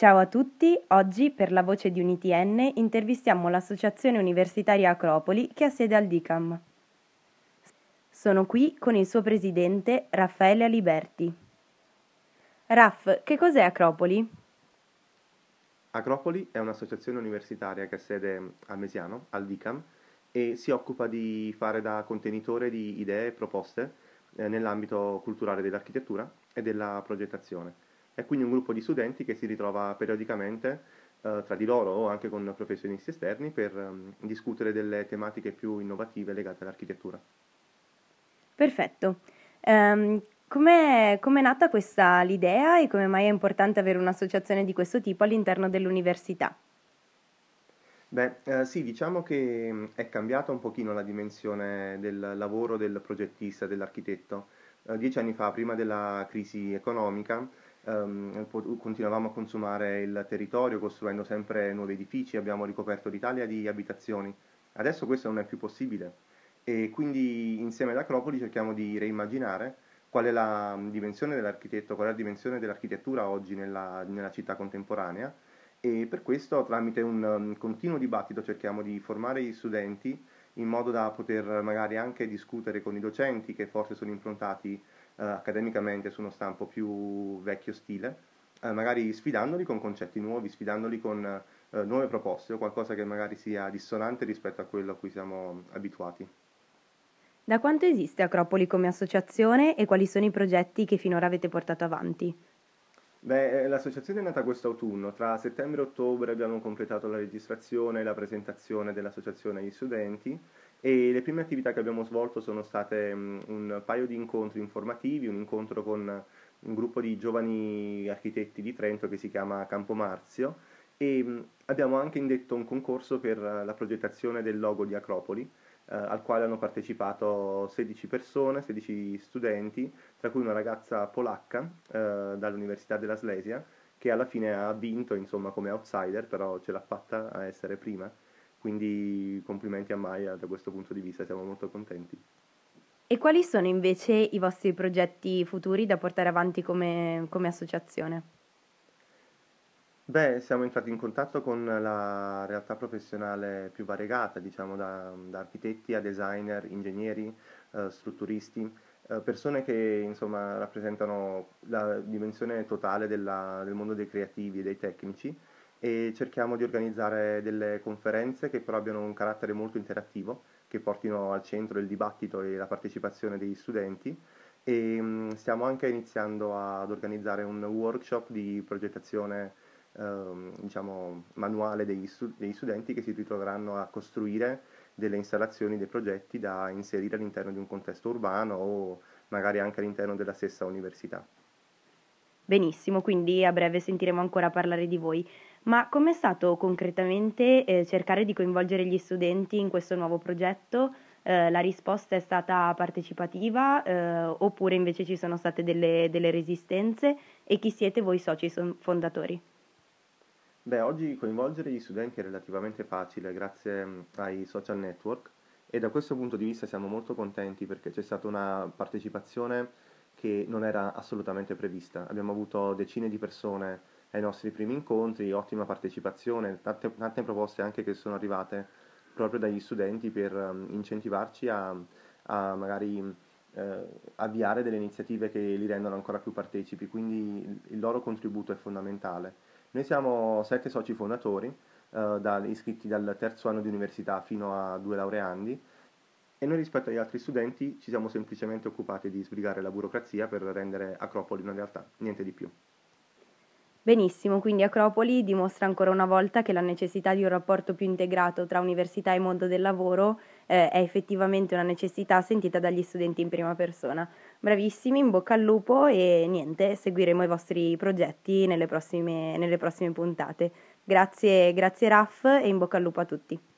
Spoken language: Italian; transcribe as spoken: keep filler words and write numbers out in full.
Ciao a tutti, oggi per la voce di un I T N intervistiamo l'Associazione Universitaria Acropoli che ha sede al D I C A M. Sono qui con il suo presidente Raffaele Aliberti. Raff, che cos'è Acropoli? Acropoli è un'associazione universitaria che ha sede a Mesiano, al D I C A M, e si occupa di fare da contenitore di idee e proposte eh, nell'ambito culturale dell'architettura e della progettazione. È quindi un gruppo di studenti che si ritrova periodicamente eh, tra di loro o anche con professionisti esterni per ehm, discutere delle tematiche più innovative legate all'architettura. Perfetto. Ehm, com'è, com'è nata questa l'idea e come mai è importante avere un'associazione di questo tipo all'interno dell'università? Beh, eh, sì, diciamo che mh, è cambiata un pochino la dimensione del lavoro del progettista, dell'architetto. Eh, dieci anni fa, prima della crisi economica, ehm, po- continuavamo a consumare il territorio costruendo sempre nuovi edifici, abbiamo ricoperto l'Italia di abitazioni. Adesso questo non è più possibile e quindi insieme ad Acropoli cerchiamo di reimmaginare qual è la mh, dimensione dell'architetto, qual è la dimensione dell'architettura oggi nella nella città contemporanea e per questo tramite un um, continuo dibattito cerchiamo di formare gli studenti in modo da poter magari anche discutere con i docenti che forse sono improntati eh, accademicamente su uno stampo più vecchio stile, eh, magari sfidandoli con concetti nuovi, sfidandoli con eh, nuove proposte o qualcosa che magari sia dissonante rispetto a quello a cui siamo abituati. Da quanto esiste Acropoli come associazione e quali sono i progetti che finora avete portato avanti? Beh, eh, l'associazione è nata quest'autunno, tra settembre e ottobre abbiamo completato la registrazione e la presentazione dell'associazione agli studenti e le prime attività che abbiamo svolto sono state mm, un paio di incontri informativi, un incontro con un gruppo di giovani architetti di Trento che si chiama Campo Marzio e mm, abbiamo anche indetto un concorso per eh, la progettazione del logo di Acropoli, eh, al quale hanno partecipato sedici persone, sedici studenti tra cui una ragazza polacca eh, dall'Università della Slesia, che alla fine ha vinto, insomma, come outsider, però ce l'ha fatta a essere prima. Quindi complimenti a Maya da questo punto di vista, siamo molto contenti. E quali sono invece i vostri progetti futuri da portare avanti come, come associazione? Beh, siamo entrati in contatto con la realtà professionale più variegata, diciamo da, da architetti a designer, ingegneri, eh, strutturisti, eh, persone che insomma rappresentano la dimensione totale della- del mondo dei creativi e dei tecnici e cerchiamo di organizzare delle conferenze che però abbiano un carattere molto interattivo, che portino al centro il dibattito e la partecipazione degli studenti e mm, stiamo anche iniziando ad organizzare un workshop di progettazione ehm, diciamo, manuale degli, stu- degli studenti che si ritroveranno a costruire delle installazioni, dei progetti da inserire all'interno di un contesto urbano o magari anche all'interno della stessa università. Benissimo, quindi a breve sentiremo ancora parlare di voi. Ma com'è stato concretamente eh, cercare di coinvolgere gli studenti in questo nuovo progetto? Eh, la risposta è stata partecipativa, eh, oppure invece ci sono state delle, delle resistenze? E chi siete voi soci son- fondatori? Beh, oggi coinvolgere gli studenti è relativamente facile grazie mm, ai social network e da questo punto di vista siamo molto contenti perché c'è stata una partecipazione che non era assolutamente prevista. Abbiamo avuto decine di persone ai nostri primi incontri, ottima partecipazione, tante, tante proposte anche che sono arrivate proprio dagli studenti per mm, incentivarci a, a magari eh, avviare delle iniziative che li rendono ancora più partecipi, quindi il il loro contributo è fondamentale. Noi siamo sette soci fondatori, eh, da- iscritti dal terzo anno di università fino a due laureandi, e noi rispetto agli altri studenti ci siamo semplicemente occupati di sbrigare la burocrazia per rendere Acropoli una realtà, niente di più. Benissimo, quindi Acropoli dimostra ancora una volta che la necessità di un rapporto più integrato tra università e mondo del lavoro eh, è effettivamente una necessità sentita dagli studenti in prima persona. Bravissimi, in bocca al lupo e niente, seguiremo i vostri progetti nelle prossime, nelle prossime puntate. Grazie, grazie Raff e in bocca al lupo a tutti.